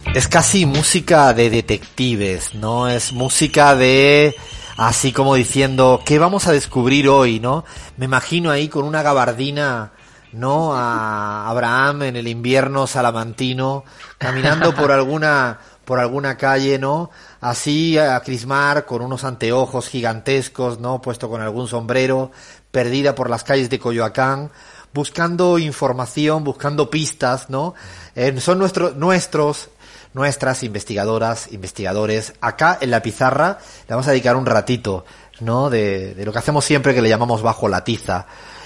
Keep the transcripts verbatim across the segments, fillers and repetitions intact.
Es casi música de detectives, ¿no? Es música de... así como diciendo, ¿qué vamos a descubrir hoy, no? Me imagino ahí con una gabardina, ¿no? A Abraham en el invierno salamantino, caminando por alguna... por alguna calle, ¿no? Así a Crismar con unos anteojos gigantescos, ¿no? Puesto con algún sombrero, perdida por las calles de Coyoacán, buscando información, buscando pistas, ¿no? Eh, son nuestros, nuestros, nuestras investigadoras, investigadores. Acá en la pizarra le vamos a dedicar un ratito, ¿no? De, de lo que hacemos siempre, que le llamamos bajo la tiza.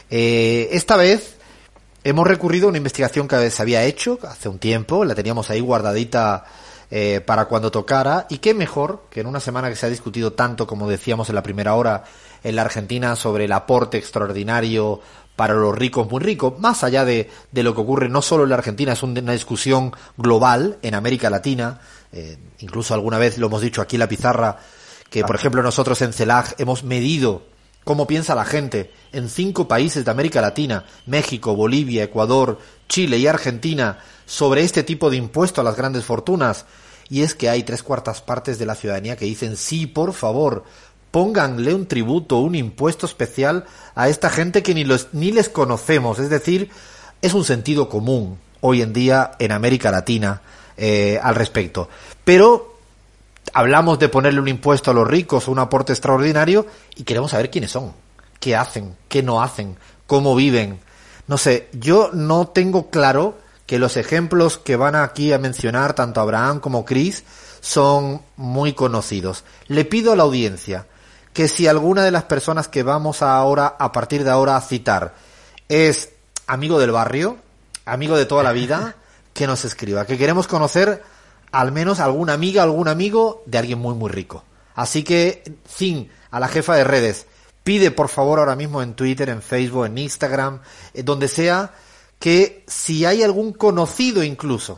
Eh, esta vez hemos recurrido a una investigación que se había hecho hace un tiempo, la teníamos ahí guardadita eh, para cuando tocara, y qué mejor que en una semana que se ha discutido tanto, como decíamos en la primera hora, en la Argentina, sobre el aporte extraordinario para los ricos muy ricos, más allá de, de lo que ocurre no solo en la Argentina, es una discusión global en América Latina, eh, incluso alguna vez lo hemos dicho aquí en la pizarra, que por ejemplo nosotros en CELAG hemos medido cómo piensa la gente en cinco países de América Latina, México, Bolivia, Ecuador, Chile y Argentina, sobre este tipo de impuesto a las grandes fortunas, y es que hay tres cuartas partes de la ciudadanía que dicen sí, por favor, pónganle un tributo, un impuesto especial a esta gente que ni los ni les conocemos. Es decir, es un sentido común hoy en día en América Latina eh, al respecto. Pero hablamos de ponerle un impuesto a los ricos, un aporte extraordinario, y queremos saber quiénes son, qué hacen, qué no hacen, cómo viven. No sé, yo no tengo claro que los ejemplos que van aquí a mencionar tanto Abraham como Chris son muy conocidos. Le pido a la audiencia que si alguna de las personas que vamos ahora, a partir de ahora, a citar, es amigo del barrio, amigo de toda la vida, que nos escriba, que queremos conocer al menos alguna amiga, algún amigo de alguien muy muy rico. Así que, Zin, a la jefa de redes, pide por favor ahora mismo en Twitter, en Facebook, en Instagram, eh, donde sea, que si hay algún conocido incluso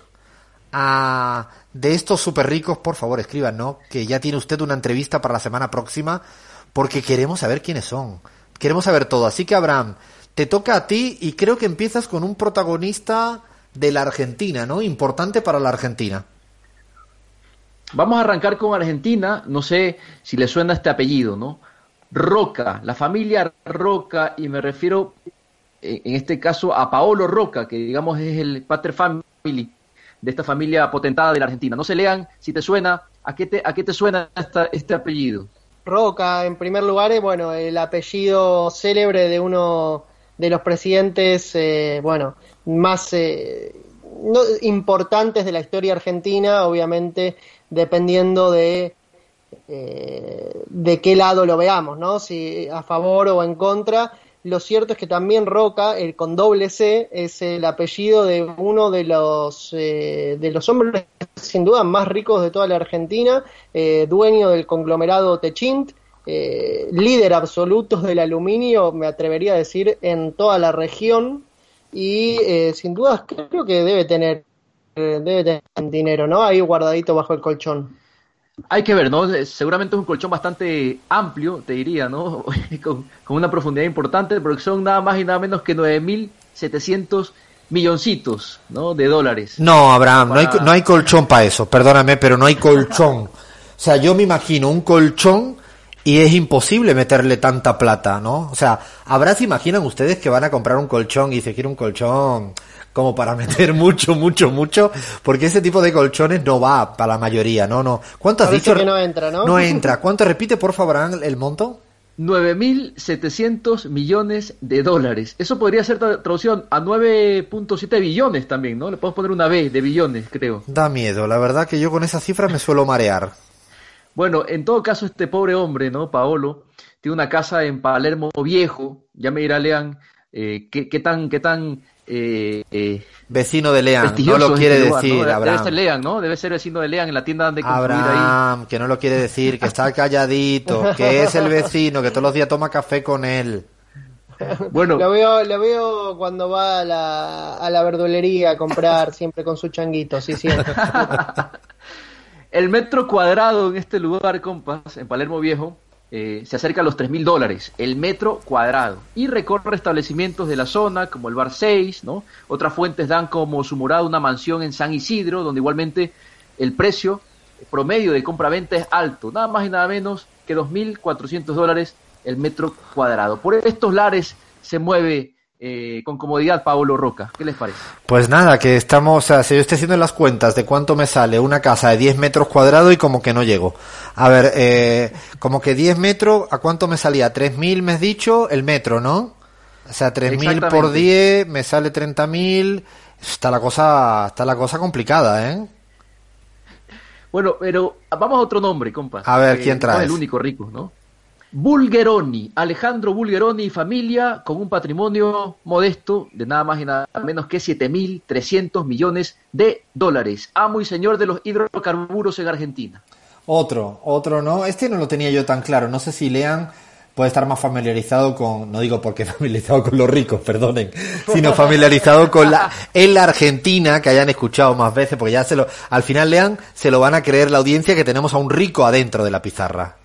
a, de estos súper ricos, por favor escriban, ¿no? Que ya tiene usted una entrevista para la semana próxima, porque queremos saber quiénes son, queremos saber todo. Así que Abraham, te toca a ti, y creo que empiezas con un protagonista de la Argentina, ¿no? Importante para la Argentina. Vamos a arrancar con Argentina, no sé si le suena este apellido, ¿no? Roca, la familia Roca, y me refiero en este caso a Paolo Roca, que digamos es el pater family de esta familia potentada de la Argentina. No se lean, si te suena, ¿a qué te, a qué te suena esta, este apellido? Roca, en primer lugar, es bueno, el apellido célebre de uno de los presidentes, eh, bueno, más eh, no, importantes de la historia argentina, obviamente, dependiendo de eh, de qué lado lo veamos, ¿no? Si a favor o en contra. Lo cierto es que también Roca, el con doble C, es el apellido de uno de los eh, de los hombres sin duda más ricos de toda la Argentina, eh, dueño del conglomerado Techint, eh, líder absoluto del aluminio, me atrevería a decir, en toda la región, y eh, sin duda creo que debe tener, eh, debe tener dinero, ¿no? Ahí guardadito bajo el colchón. Hay que ver, ¿no? Seguramente es un colchón bastante amplio, te diría, ¿no? con, con una profundidad importante, porque son nada más y nada menos que nueve mil setecientos milloncitos, ¿no? De dólares. No, Abraham, para... no, hay, no hay colchón para eso, perdóname, pero no hay colchón. O sea, yo me imagino un colchón y es imposible meterle tanta plata, ¿no? O sea, ¿habrá, se imaginan ustedes que van a comprar un colchón y se quiere un colchón como para meter mucho, mucho, mucho? Porque ese tipo de colchones no va para la mayoría, ¿no? no. ¿Cuánto has Parece dicho? Que no entra, ¿no? No entra. ¿Cuánto repite, por favor, Abraham, el monto? nueve mil setecientos millones de dólares. Eso podría ser tra- traducción a nueve punto siete billones también, ¿no? Le podemos poner una B de billones, creo. Da miedo, la verdad que yo con esa cifra me suelo marear. Bueno, en todo caso, este pobre hombre, ¿no? Paolo, tiene una casa en Palermo Viejo. Ya me dirá, Lean, eh, qué, qué tan, qué tan eh, eh, vecino de Lean, no lo quiere este lugar, decir, ¿no? Debe, Abraham. Debe ser Lean, ¿no? Debe ser vecino de Lean en la tienda donde construir Abraham, ahí. que no lo quiere decir, que está calladito, que es el vecino, que todos los días toma café con él. Bueno, lo veo, lo veo cuando va a la, a la verdulería a comprar, siempre con su changuito, sí, sí. El metro cuadrado en este lugar, compas, en Palermo Viejo, eh, se acerca a los tres mil dólares, el metro cuadrado, y recorre establecimientos de la zona, como el Bar seis, ¿no? Otras fuentes dan como su morada una mansión en San Isidro, donde igualmente el precio promedio de compra-venta es alto, nada más y nada menos que dos mil cuatrocientos dólares el metro cuadrado. Por estos lares se mueve eh, con comodidad Paolo Roca. ¿Qué les parece? Pues nada, que estamos, o sea, si yo estoy haciendo las cuentas de cuánto me sale una casa de diez metros cuadrados y como que no llego. A ver, eh, como que diez metros, ¿a cuánto me salía? tres mil me has dicho el metro, ¿no? O sea, tres mil por diez me sale treinta mil. Está la cosa, está la cosa complicada, ¿eh? Bueno, pero vamos a otro nombre, compa. A ver, ¿quién eh, traes? No es el único rico, ¿no? Bulgeroni, Alejandro Bulgeroni y familia con un patrimonio modesto de nada más y nada menos que siete mil trescientos millones de dólares. Amo y señor de los hidrocarburos en Argentina. Otro, otro, ¿no? Este no lo tenía yo tan claro. No sé si Lean puede estar más familiarizado con, no digo porque familiarizado con los ricos, perdonen, sino familiarizado con la, en la Argentina, que hayan escuchado más veces, porque ya se lo, al final Lean, se lo van a creer la audiencia que tenemos a un rico adentro de la pizarra.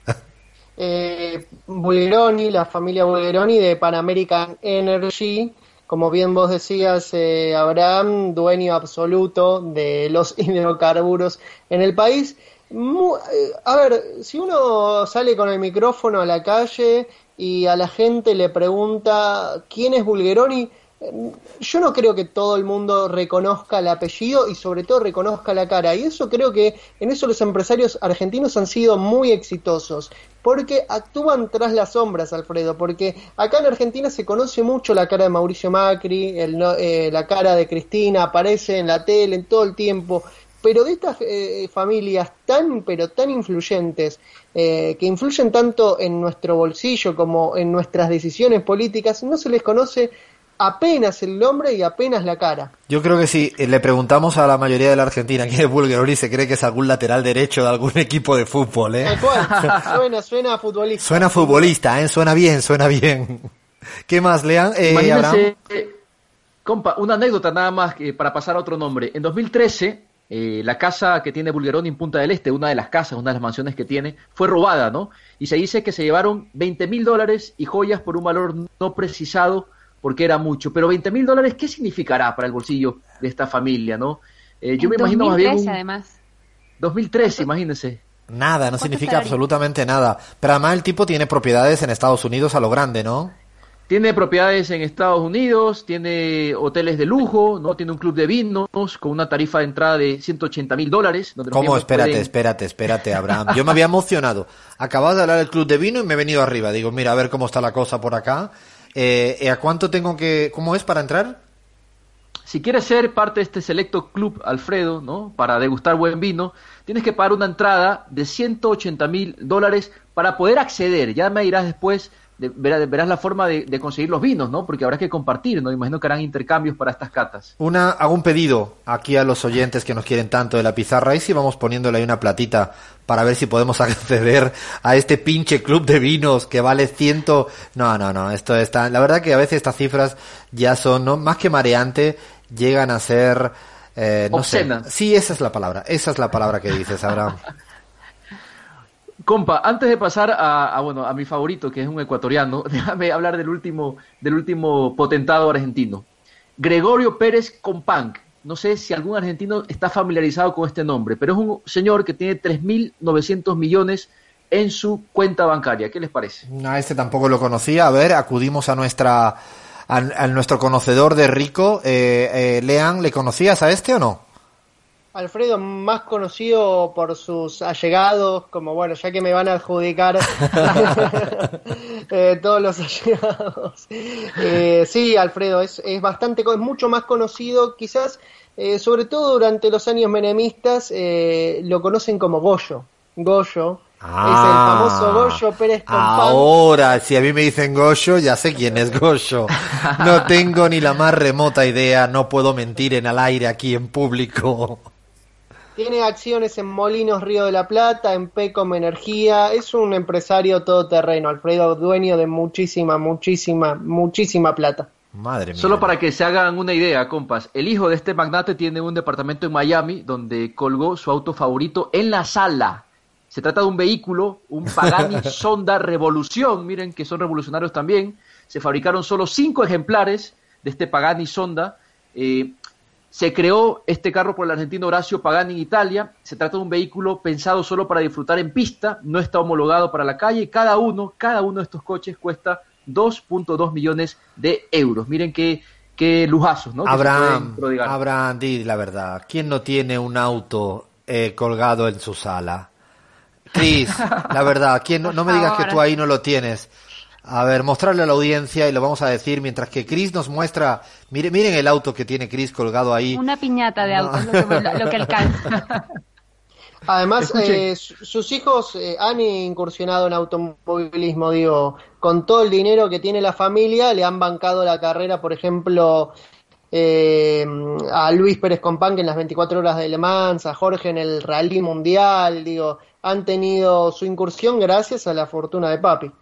Eh, Bulgeroni, la familia Bulgeroni de Pan American Energy, como bien vos decías, eh, Abraham, dueño absoluto de los hidrocarburos en el país. Mu- eh, a ver, si uno sale con el micrófono a la calle y a la gente le pregunta quién es Bulgeroni, eh, yo no creo que todo el mundo reconozca el apellido y sobre todo reconozca la cara, y eso creo que en eso los empresarios argentinos han sido muy exitosos, porque actúan tras las sombras, Alfredo, porque acá en Argentina se conoce mucho la cara de Mauricio Macri, el, no- eh, la cara de Cristina, aparece en la tele en todo el tiempo, pero de estas eh, familias tan, pero tan influyentes, eh, que influyen tanto en nuestro bolsillo como en nuestras decisiones políticas, no se les conoce apenas el nombre y apenas la cara. Yo creo que si le preguntamos a la mayoría de la Argentina quién es Bulgeroni, se cree que es algún lateral derecho de algún equipo de fútbol, ¿eh? Tal cual, suena, suena a futbolista. Suena futbolista, ¿eh? Suena bien, suena bien. ¿Qué más, Lean? Eh, Imagínense, Abraham. eh, compa, una anécdota nada más eh, para pasar a otro nombre. En dos mil trece, eh, la casa que tiene Bulgeroni en Punta del Este, una de las casas, una de las mansiones que tiene, fue robada, ¿no? Y se dice que se llevaron veinte mil dólares y joyas por un valor no precisado, porque era mucho. Pero veinte mil dólares, ¿qué significará para el bolsillo de esta familia, no? Eh, yo en me imagino más bien... dos mil trece, un- además. dos mil trece, imagínense. Nada, no ¿Cuánto significa salario? absolutamente nada. Pero además el tipo tiene propiedades en Estados Unidos a lo grande, ¿no? Tiene propiedades en Estados Unidos, tiene hoteles de lujo, no tiene un club de vinos con una tarifa de entrada de ciento ochenta mil dólares. Donde los ¿Cómo? miembros Espérate, pueden- espérate, espérate, Abraham. Yo me había emocionado. Acabas de hablar del club de vino y me he venido arriba. Digo, mira, a ver cómo está la cosa por acá. Eh, ¿a cuánto tengo que...? ¿Cómo es para entrar? Si quieres ser parte de este selecto club, Alfredo, ¿no? Para degustar buen vino, tienes que pagar una entrada de ciento ochenta mil dólares para poder acceder. Ya me dirás después, de- verás, verás la forma de, de conseguir los vinos, ¿no? Porque habrá que compartir, ¿no? Imagino que harán intercambios para estas catas. Una, hago un pedido aquí a los oyentes que nos quieren tanto de la pizarra. Y si vamos poniéndole ahí una platita para ver si podemos acceder a este pinche club de vinos que vale ciento... No, no, no, esto está... La verdad que a veces estas cifras ya son, ¿no? Más que mareante, llegan a ser... Eh, no Obscenas. sé. Sí, esa es la palabra. Esa es la palabra que dices, Abraham. Compa, antes de pasar a, a, bueno, a mi favorito, que es un ecuatoriano, déjame hablar del último, del último potentado argentino. Gregorio Pérez Companc. No sé si algún argentino está familiarizado con este nombre, pero es un señor que tiene tres mil novecientos millones en su cuenta bancaria. ¿Qué les parece? A este tampoco lo conocía. A ver, acudimos a nuestra... A, a nuestro conocedor de Rico. Eh, eh, Lean, ¿le conocías a este o no? Alfredo, más conocido por sus allegados, como bueno, ya que me van a adjudicar eh, todos los allegados. Eh, sí, Alfredo, es, es bastante, es mucho más conocido, quizás, eh, sobre todo durante los años menemistas, eh, lo conocen como Goyo. Goyo. Ah, es el famoso Goyo Pérez Companc. ahora, si a mí me dicen Goyo, ya sé quién es Goyo. No tengo ni la más remota idea, no puedo mentir en el aire aquí en público. Tiene acciones en Molinos Río de la Plata, en Pecom Energía, es un empresario todoterreno, Alfredo, dueño de muchísima, muchísima, muchísima plata. Madre mía. Solo para que se hagan una idea, compas, el hijo de este magnate tiene un departamento en Miami donde colgó su auto favorito en la sala. Se trata de un vehículo, un Pagani Sonda Revolución, miren que son revolucionarios también. Se fabricaron solo cinco ejemplares de este Pagani Sonda. Eh, Se creó este carro por el argentino Horacio Pagani en Italia. Se trata de un vehículo pensado solo para disfrutar en pista, no está homologado para la calle. Cada uno, cada uno de estos coches cuesta dos punto dos millones de euros. Miren qué, qué lujazos, ¿no? Abraham, Abraham, di la verdad. ¿Quién no tiene un auto eh, colgado en su sala? Cris, la verdad, ¿quién no, no me digas que tú ahí no lo tienes? A ver, mostrarle a la audiencia y lo vamos a decir mientras que Cris nos muestra. Miren, miren el auto que tiene Cris colgado ahí. Una piñata de autos, lo que, lo, lo que alcanza. Además, eh, sus hijos eh, han incursionado en automovilismo, digo, con todo el dinero que tiene la familia, le han bancado la carrera, por ejemplo, eh, a Luis Pérez Compán en las veinticuatro horas de Le Mans, a Jorge en el Rally Mundial, digo, han tenido su incursión gracias a la fortuna de papi.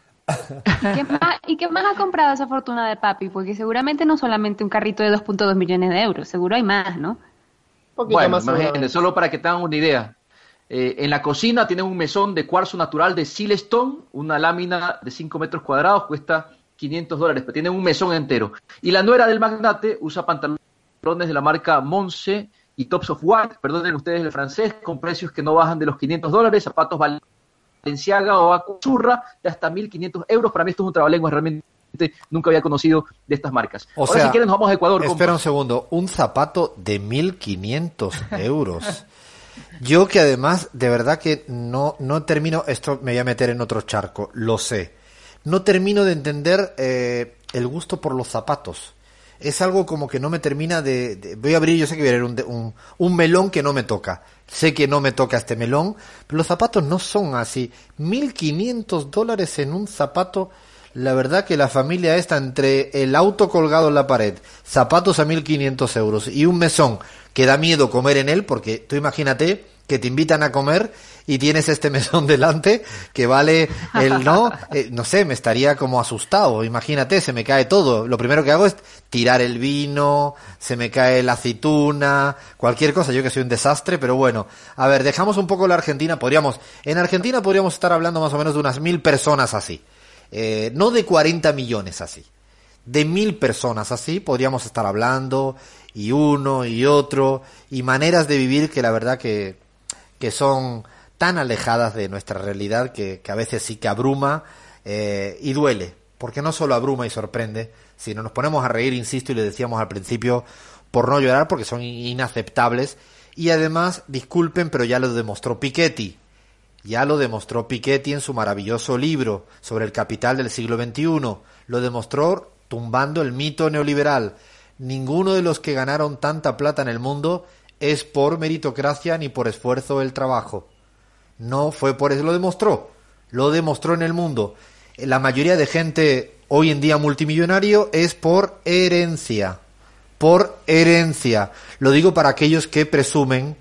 ¿Y qué, más, ¿Y qué más ha comprado esa fortuna de papi? Porque seguramente no solamente un carrito de dos punto dos millones de euros, seguro hay más, ¿no? Bueno, más imagínense, solo para que tengan una idea. Eh, en la cocina tienen un mesón de cuarzo natural de Silestone, una lámina de cinco metros cuadrados, cuesta quinientos dólares, pero tienen un mesón entero. Y la nuera del magnate usa pantalones de la marca Monse y Tops of White, perdonen ustedes el francés, con precios que no bajan de los quinientos dólares, zapatos Balenciaga o Acurra de hasta mil quinientos euros. Para mí esto es un trabalenguas, realmente nunca había conocido de estas marcas. O Ahora, sea, si quieren, nos vamos a Ecuador. Espera compa. un segundo, un zapato de mil quinientos euros. Yo que además, de verdad que no, no termino, esto me voy a meter en otro charco, lo sé. No termino de entender eh, el gusto por los zapatos. Es algo como que no me termina de... de voy a abrir, yo sé que voy a abrir un, un, un melón que no me toca. Sé que no me toca este melón, pero los zapatos no son así. mil quinientos dólares en un zapato. La verdad que la familia esta, entre el auto colgado en la pared, zapatos a mil quinientos euros y un mesón que da miedo comer en él, porque tú imagínate que te invitan a comer y tienes este mesón delante que vale el no, eh, no sé, me estaría como asustado, imagínate, se me cae todo. Lo primero que hago es tirar el vino, se me cae la aceituna, cualquier cosa, yo que soy un desastre, pero bueno. A ver, dejamos un poco la Argentina, podríamos, en Argentina podríamos estar hablando más o menos de unas mil personas así. Eh, no de cuarenta millones así, de mil personas así podríamos estar hablando, y uno y otro, y maneras de vivir que la verdad que, que son tan alejadas de nuestra realidad que, que a veces sí que abruma eh, y duele, porque no solo abruma y sorprende, sino nos ponemos a reír, insisto, y le decíamos al principio, por no llorar, porque son inaceptables, y además, disculpen, pero ya lo demostró Piketty. Ya lo demostró Piketty en su maravilloso libro sobre el capital del siglo veintiuno. Lo demostró tumbando el mito neoliberal. Ninguno de los que ganaron tanta plata en el mundo es por meritocracia ni por esfuerzo del trabajo. No fue por eso, lo demostró. Lo demostró en el mundo. La mayoría de gente hoy en día multimillonario es por herencia. Por herencia. Lo digo para aquellos que presumen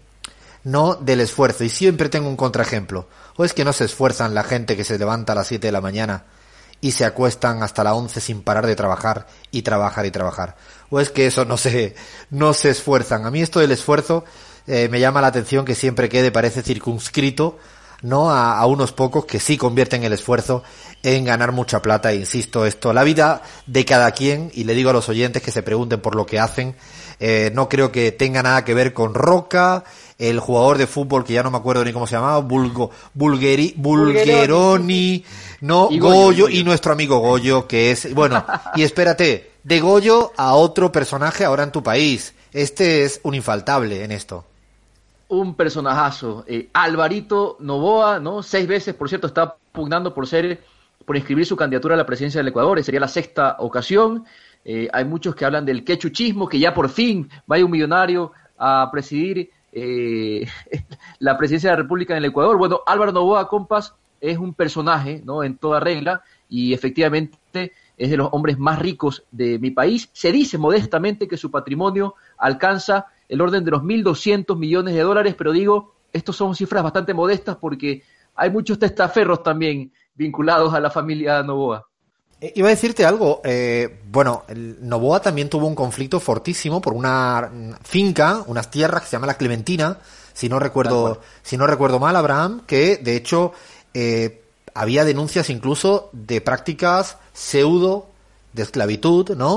no del esfuerzo, y siempre tengo un contraejemplo. O es que no se esfuerzan la gente que se levanta a las siete de la mañana y se acuestan hasta las once sin parar de trabajar y trabajar y trabajar. O es que eso no se, no se esfuerzan. A mí esto del esfuerzo eh, me llama la atención que siempre quede, parece circunscrito, no a, a unos pocos que sí convierten el esfuerzo en ganar mucha plata. E insisto, esto, la vida de cada quien, y le digo a los oyentes que se pregunten por lo que hacen, eh, no creo que tenga nada que ver con Roca, el jugador de fútbol que ya no me acuerdo ni cómo se llamaba, Bulgo, Bulgeri, Bulgeroni, no, y Goyo, Goyo, y nuestro amigo Goyo, que es, bueno, y espérate, de Goyo a otro personaje ahora en tu país. Este es un infaltable en esto. Un personajazo, eh, Alvarito Noboa, ¿no? Seis veces, por cierto, está pugnando por ser, por inscribir su candidatura a la presidencia del Ecuador, sería la sexta ocasión. Eh, hay muchos que hablan del quechuchismo, que ya por fin vaya un millonario a presidir eh, la presidencia de la República en el Ecuador. Bueno, Álvaro Noboa, compas, es un personaje, ¿no? En toda regla, y efectivamente es de los hombres más ricos de mi país. Se dice modestamente que su patrimonio alcanza el orden de los mil doscientos millones de dólares, pero digo, estos son cifras bastante modestas porque hay muchos testaferros también vinculados a la familia Noboa. Eh, iba a decirte algo, eh, bueno, el Noboa también tuvo un conflicto fortísimo por una finca, unas tierras que se llama La Clementina, si no recuerdo, si no recuerdo mal, Abraham, que de hecho eh, había denuncias incluso de prácticas pseudo de esclavitud, ¿no?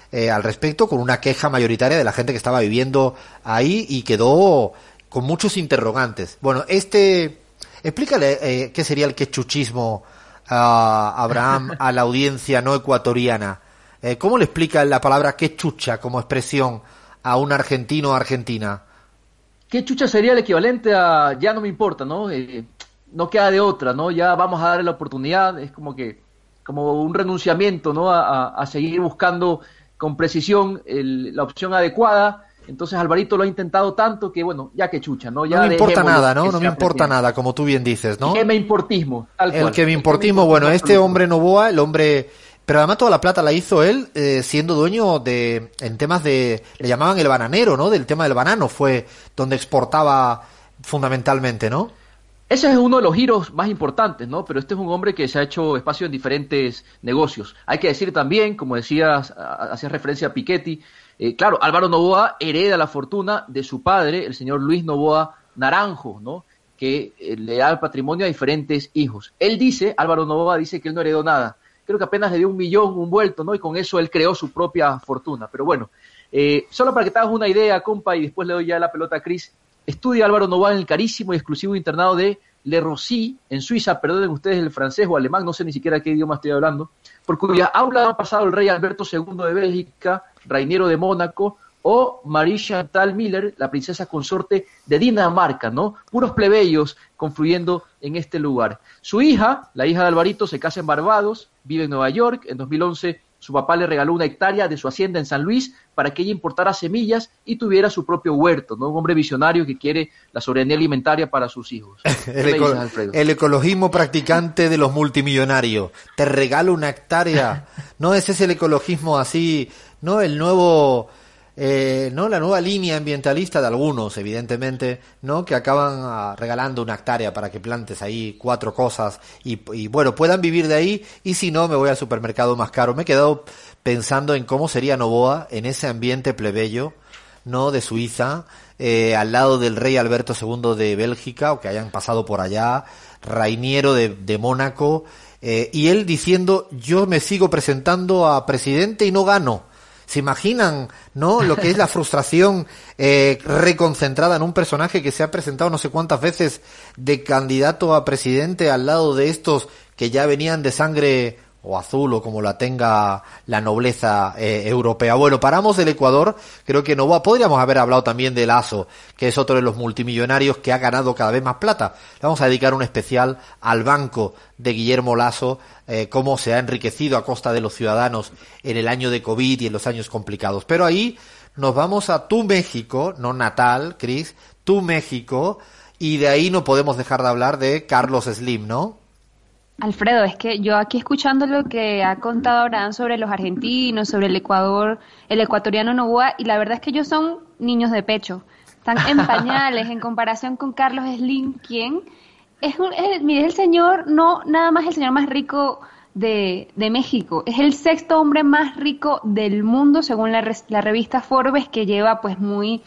eh, al respecto, con una queja mayoritaria de la gente que estaba viviendo ahí y quedó con muchos interrogantes. Bueno, este, explícale eh, qué sería el quechuchismo, uh, Abraham, a la audiencia no ecuatoriana. Eh, ¿Cómo le explica la palabra quechucha como expresión a un argentino o argentina? Quechucha sería el equivalente a ya no me importa, ¿no? Eh, no queda de otra, ¿no? Ya vamos a darle la oportunidad, es como que como un renunciamiento, ¿no? A, a seguir buscando con precisión el, la opción adecuada. Entonces Alvarito lo ha intentado tanto que, bueno, ya que chucha, ¿no? Ya no me importa nada, ¿no? No me importa presidente. nada, como tú bien dices, ¿no? El que me importismo, tal cual. El que me importismo, bueno, este hombre Noboa, el hombre... Pero además toda la plata la hizo él eh, siendo dueño de... En temas de... Le llamaban el bananero, ¿no? Del tema del banano fue donde exportaba fundamentalmente, ¿no? Ese es uno de los giros más importantes, ¿no? Pero este es un hombre que se ha hecho espacio en diferentes negocios. Hay que decir también, como decías, hacías referencia a Piketty, eh, claro, Álvaro Noboa hereda la fortuna de su padre, el señor Luis Noboa Naranjo, ¿no? Que eh, le da el patrimonio a diferentes hijos. Él dice, Álvaro Noboa dice que él no heredó nada. Creo que apenas le dio un millón, un vuelto, ¿no? Y con eso él creó su propia fortuna. Pero bueno, eh, solo para que te hagas una idea, compa, y después le doy ya la pelota a Cris. Estudia Álvaro Noboa en el carísimo y exclusivo internado de Le Rosy, en Suiza, perdonen ustedes el francés o alemán, no sé ni siquiera qué idioma estoy hablando, por cuya aula han pasado el rey Alberto segundo de Bélgica, Rainiero de Mónaco, o Marie Chantal Miller, la princesa consorte de Dinamarca, ¿no? Puros plebeyos confluyendo en este lugar. Su hija, la hija de Alvarito, se casa en Barbados, vive en Nueva York. En dos mil once su papá le regaló una hectárea de su hacienda en San Luis para que ella importara semillas y tuviera su propio huerto, ¿no? Un hombre visionario que quiere la soberanía alimentaria para sus hijos. el, eco el ecologismo practicante de los multimillonarios. Te regalo una hectárea. No, ese es el ecologismo así, ¿no? El nuevo... Eh, no la nueva línea ambientalista de algunos, evidentemente, no, que acaban uh, regalando una hectárea para que plantes ahí cuatro cosas y, y bueno, puedan vivir de ahí, y si no, me voy al supermercado más caro. Me he quedado pensando en cómo sería Noboa en ese ambiente plebeyo, no, de Suiza, eh, al lado del rey Alberto segundo de Bélgica, o que hayan pasado por allá, Rainiero de, de Mónaco, eh, y él diciendo, yo me sigo presentando a presidente y no gano. ¿Se imaginan, no, lo que es la frustración eh, reconcentrada en un personaje que se ha presentado no sé cuántas veces de candidato a presidente al lado de estos que ya venían de sangre o azul o como la tenga la nobleza eh, europea? Bueno, paramos del Ecuador. Creo que Noboa, podríamos haber hablado también de Lasso, que es otro de los multimillonarios que ha ganado cada vez más plata. Le vamos a dedicar un especial al banco de Guillermo Lasso, eh, cómo se ha enriquecido a costa de los ciudadanos en el año de COVID y en los años complicados. Pero ahí nos vamos a tu México, no natal, Cris, tu México, y de ahí no podemos dejar de hablar de Carlos Slim, ¿no? Alfredo, es que yo aquí escuchando lo que ha contado Abraham sobre los argentinos, sobre el Ecuador, el ecuatoriano Noboa, y la verdad es que ellos son niños de pecho, están en pañales en comparación con Carlos Slim, quien es, un, es, mire, es el señor, no nada más el señor más rico de, de México, es el sexto hombre más rico del mundo según la, la revista Forbes, que lleva pues muy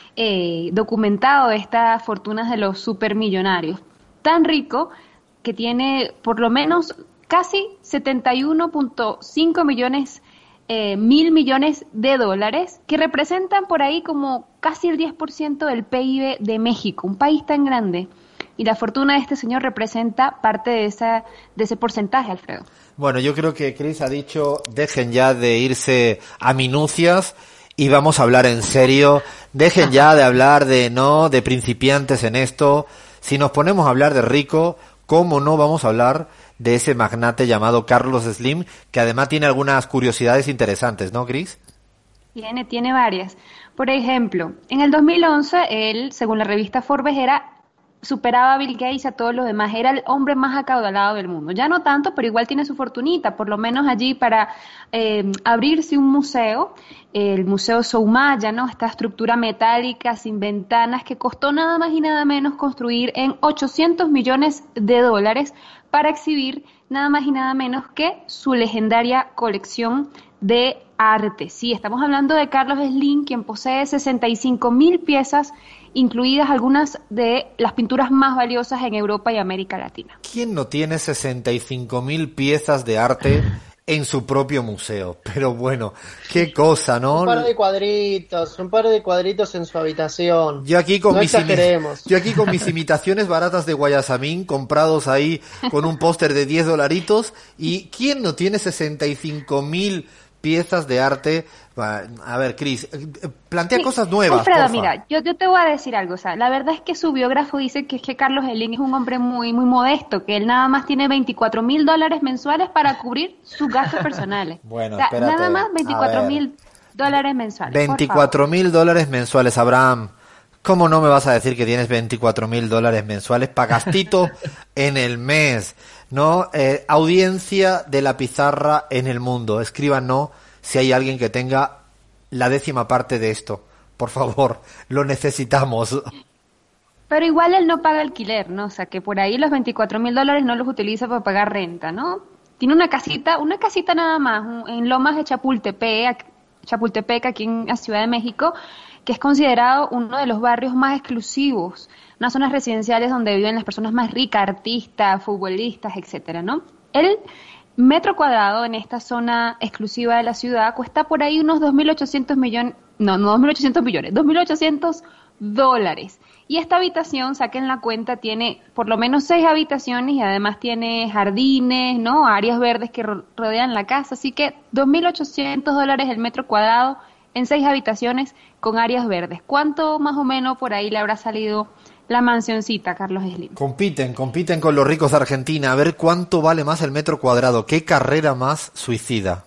eh, documentado estas fortunas de los supermillonarios. Tan rico que tiene por lo menos casi setenta y uno punto cinco millones, eh, mil millones de dólares, que representan por ahí como casi el diez por ciento del P I B de México, un país tan grande. Y la fortuna de este señor representa parte de esa de ese porcentaje, Alfredo. Bueno, yo creo que Cris ha dicho, dejen ya de irse a minucias y vamos a hablar en serio. Dejen ya de hablar de no, de principiantes en esto. Si nos ponemos a hablar de rico, ¿cómo no vamos a hablar de ese magnate llamado Carlos Slim, que además tiene algunas curiosidades interesantes, ¿no, Cris? Tiene, tiene varias. Por ejemplo, en el dos mil once, él, según la revista Forbes, era superaba a Bill Gates y a todos los demás, era el hombre más acaudalado del mundo. Ya no tanto, pero igual tiene su fortunita, por lo menos allí para eh, abrirse un museo, el Museo Soumaya, ¿no? Esta estructura metálica sin ventanas que costó nada más y nada menos construir en ochocientos millones de dólares para exhibir nada más y nada menos que su legendaria colección de arte. Sí, estamos hablando de Carlos Slim, quien posee sesenta y cinco mil piezas, incluidas algunas de las pinturas más valiosas en Europa y América Latina. ¿Quién no tiene sesenta y cinco mil piezas de arte en su propio museo. Pero bueno, qué cosa, ¿no? Un par de cuadritos, un par de cuadritos en su habitación. Yo aquí con no mis imi- exageremos. yo aquí con mis imitaciones baratas de Guayasamín, comprados ahí con un póster de diez dolaritos. ¿Y quién no tiene sesenta y cinco mil piezas de arte? A ver, Cris, plantea Sí, cosas nuevas, Alfredo, porfa. mira, yo, yo te voy a decir algo, o sea, la verdad es que su biógrafo dice que es que Carlos Slim es un hombre muy, muy modesto, que él nada más tiene veinticuatro mil dólares mensuales para cubrir sus gastos personales. Bueno, o sea, espérate, nada más a veinticuatro ver. mil dólares mensuales. por favor. veinticuatro mil dólares mensuales, Abraham. ¿Cómo no me vas a decir que tienes veinticuatro mil dólares mensuales para gastito en el mes? ¿No? Eh, audiencia de la pizarra en el mundo. Escríbanos si hay alguien que tenga la décima parte de esto. Por favor, lo necesitamos. Pero igual él no paga alquiler, ¿no? O sea, que por ahí los veinticuatro mil dólares no los utiliza para pagar renta, ¿no? Tiene una casita, una casita nada más, un- en Lomas de Chapultepec, Chapultepec, aquí en la Ciudad de México, que es considerado uno de los barrios más exclusivos, unas zonas residenciales donde viven las personas más ricas, artistas, futbolistas, etcétera, ¿no? El metro cuadrado en esta zona exclusiva de la ciudad cuesta por ahí unos dos mil ochocientos millones, no, no dos mil ochocientos millones, dos mil ochocientos dólares. Y esta habitación, saquen la cuenta, tiene por lo menos seis habitaciones y además tiene jardines, ¿no? Áreas verdes que ro- rodean la casa. Así que dos mil ochocientos dólares el metro cuadrado en seis habitaciones con áreas verdes. ¿Cuánto más o menos por ahí le habrá salido la mansioncita, Carlos Slim? Compiten, compiten con los ricos de Argentina. A ver cuánto vale más el metro cuadrado. ¿Qué carrera más suicida?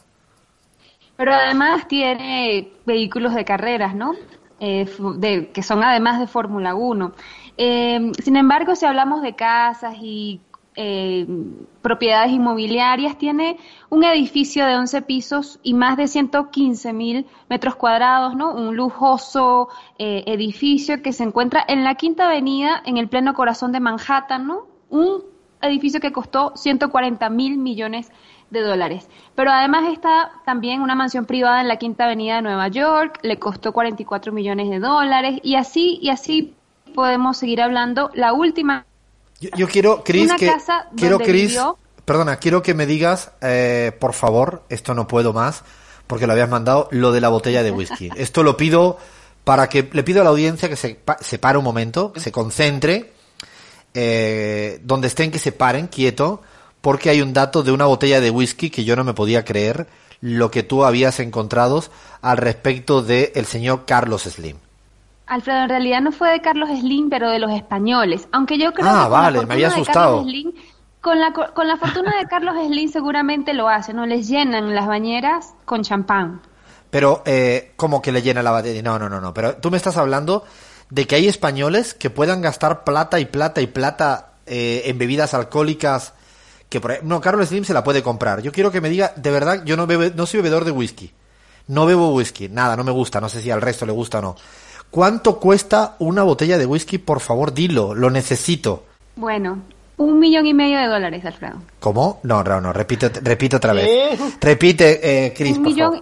Pero además tiene vehículos de carreras, ¿no? Eh, fu- de, que son además de Fórmula uno. Eh, sin embargo, si hablamos de casas y eh, propiedades inmobiliarias, tiene un edificio de once pisos y más de ciento quince mil metros cuadrados, ¿no? Un lujoso eh, edificio que se encuentra en la Quinta Avenida, en el pleno corazón de Manhattan, ¿no? Un edificio que costó ciento cuarenta mil millones de dólares. Pero además está también una mansión privada en la Quinta Avenida de Nueva York, le costó cuarenta y cuatro millones de dólares, y así, y así podemos seguir hablando. La última, Yo, yo quiero, Cris, una que casa quiero, donde Cris, vivió- perdona, quiero que me digas, eh, por favor, esto no puedo más, porque lo habías mandado, lo de la botella de whisky. Esto lo pido para que, le pido a la audiencia que se, pa- se pare un momento, que se concentre, eh, donde estén, que se paren, quieto, porque hay un dato de una botella de whisky que yo no me podía creer lo que tú habías encontrado al respecto de el señor Carlos Slim. Alfredo, en realidad no fue de Carlos Slim, pero de los españoles. Aunque yo creo Ah, que con vale, la me fortuna había de asustado. Carlos Slim, con la, co- con la fortuna de Carlos Slim seguramente lo hacen, ¿no? Les llenan las bañeras con champán. Pero, eh, ¿cómo que le llena la batería? No, no, no, no. Pero tú me estás hablando de que hay españoles que puedan gastar plata y plata y plata eh, en bebidas alcohólicas. Que por... No, Carlos Slim se la puede comprar. Yo quiero que me diga, de verdad, yo no, bebe, no soy bebedor de whisky. No bebo whisky. Nada, no me gusta. No sé si al resto le gusta o no. ¿Cuánto cuesta una botella de whisky? Por favor, dilo. Lo necesito. Bueno, un millón y medio de dólares, Alfredo. ¿Cómo? No, no, no. Repite, repite otra vez. ¿Eh? Repite, eh, Cris, Un por millón, favor.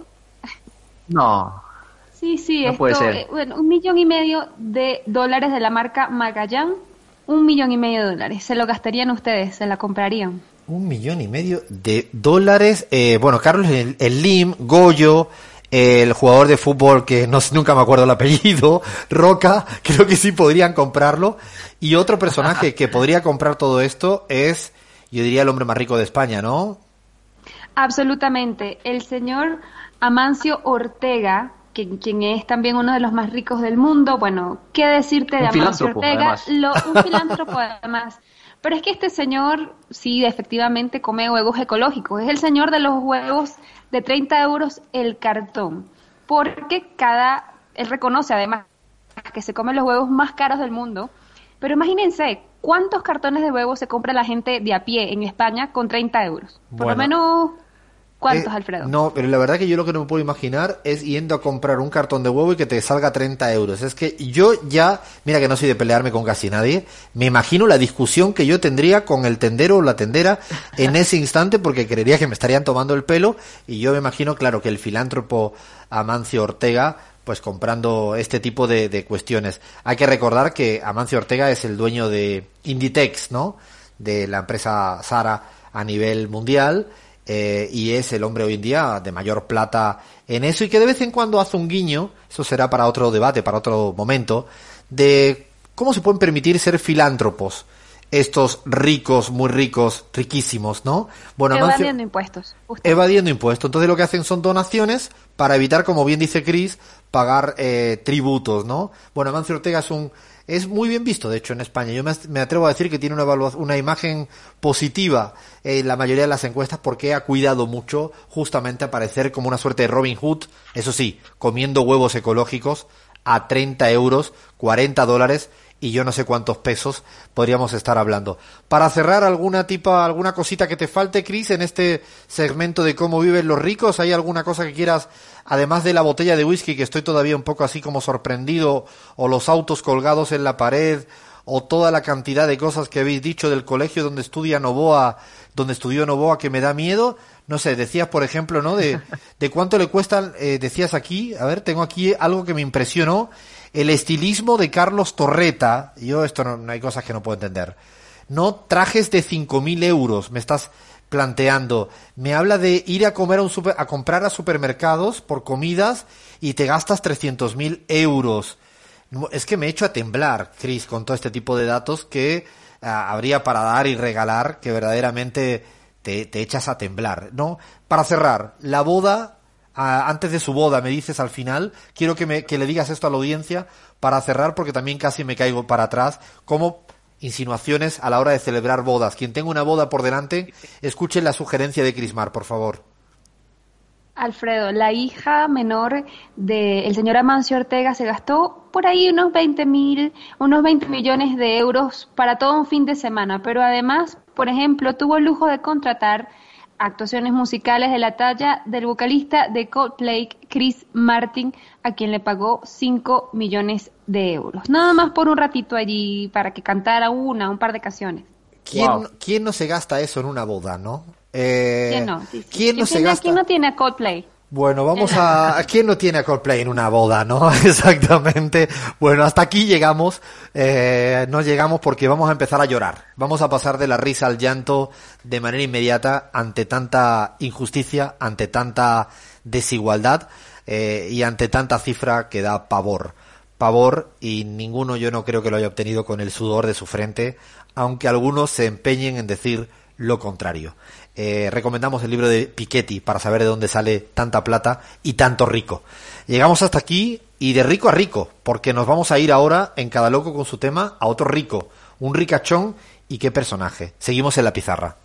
No, sí, sí, No esto, puede ser. eh, bueno, un millón y medio de dólares de la marca Magallán, un millón y medio de dólares. ¿Se lo gastarían ustedes? ¿Se la comprarían? Un millón y medio de dólares. Eh, bueno, Carlos el, el Lim, Goyo, el jugador de fútbol que no sé, nunca me acuerdo el apellido, Roca, creo que sí podrían comprarlo. Y otro personaje que podría comprar todo esto es, yo diría, el hombre más rico de España, ¿no? Absolutamente. El señor Amancio Ortega, que, quien es también uno de los más ricos del mundo, bueno, ¿qué decirte de Un Amancio filántropo, Ortega? además. Lo, un filántropo además. Pero es que este señor, sí, efectivamente come huevos ecológicos. Es el señor de los huevos de treinta euros el cartón. Porque cada, él reconoce además que se come los huevos más caros del mundo. Pero imagínense, ¿cuántos cartones de huevos se compra la gente de a pie en España con treinta euros? Por Bueno. lo menos, ¿cuántos, Eh, Alfredo? No, pero la verdad que yo lo que no me puedo imaginar es yendo a comprar un cartón de huevo y que te salga treinta euros. Es que yo ya, mira que no soy de pelearme con casi nadie, me imagino la discusión que yo tendría con el tendero o la tendera en ese instante porque creería que me estarían tomando el pelo y yo me imagino, claro, que el filántropo Amancio Ortega pues comprando este tipo de, de cuestiones. Hay que recordar que Amancio Ortega es el dueño de Inditex, ¿no? De la empresa Zara a nivel mundial. eh, y es el hombre hoy en día de mayor plata en eso, y que de vez en cuando hace un guiño, eso será para otro debate, para otro momento, de cómo se pueden permitir ser filántropos estos ricos, muy ricos, riquísimos, ¿no? Bueno, evadiendo Amancio, impuestos. Justo. Evadiendo impuestos. Entonces lo que hacen son donaciones para evitar, como bien dice Chris, pagar eh, tributos, ¿no? Bueno, Amancio Ortega es un es muy bien visto, de hecho, en España. Yo me, me atrevo a decir que tiene una evaluación, una imagen positiva en la mayoría de las encuestas, porque ha cuidado mucho justamente a parecer como una suerte de Robin Hood, eso sí, comiendo huevos ecológicos a treinta euros, cuarenta dólares y yo no sé cuántos pesos podríamos estar hablando. Para cerrar, alguna tipa, alguna cosita que te falte, Chris, en este segmento de cómo viven los ricos. ¿Hay alguna cosa que quieras, además de la botella de whisky, que estoy todavía un poco así como sorprendido, o los autos colgados en la pared, o toda la cantidad de cosas que habéis dicho del colegio donde estudia Novoa, donde estudió Novoa, que me da miedo? No sé, decías, por ejemplo, ¿no? De, de cuánto le cuestan, eh, decías aquí, a ver, tengo aquí algo que me impresionó, el estilismo de Carlos Torreta. Yo esto no, no hay cosas que no puedo entender. No, trajes de cinco mil euros, me estás planteando. Me habla de ir a comer a un super, a comprar a supermercados por comidas y te gastas trescientos mil euros. Es que me he hecho a temblar, Chris, con todo este tipo de datos que uh, habría para dar y regalar, que verdaderamente te, te echas a temblar, ¿no? Para cerrar, la boda, uh, antes de su boda, me dices al final, quiero que, me, que le digas esto a la audiencia para cerrar, porque también casi me caigo para atrás, como insinuaciones a la hora de celebrar bodas. Quien tenga una boda por delante, escuchen la sugerencia de Crismar, por favor. Alfredo, la hija menor del señor Amancio Ortega se gastó por ahí unos veinte mil, unos veinte millones de euros para todo un fin de semana, pero además, por ejemplo, tuvo el lujo de contratar actuaciones musicales de la talla del vocalista de Coldplay, Chris Martin, a quien le pagó cinco millones de euros. Nada más por un ratito allí para que cantara una, un par de canciones. ¿Quién, Wow. ¿Quién no se gasta eso en una boda, no? Eh, ¿Quién no? Sí, sí. ¿Quién no se tiene, gasta? ¿Quién no tiene a Coldplay? Bueno, vamos a... ¿Quién no tiene a Coldplay en una boda, no? Exactamente. Bueno, hasta aquí llegamos. Eh, no llegamos porque vamos a empezar a llorar. Vamos a pasar de la risa al llanto de manera inmediata ante tanta injusticia, ante tanta desigualdad eh, y ante tanta cifra que da pavor. Pavor, y ninguno yo no creo que lo haya obtenido con el sudor de su frente, aunque algunos se empeñen en decir lo contrario. Eh, recomendamos el libro de Piketty para saber de dónde sale tanta plata y tanto rico. Llegamos hasta aquí, y de rico a rico, porque nos vamos a ir ahora, en Cada Loco con su tema, a otro rico, un ricachón, y qué personaje. Seguimos en la pizarra.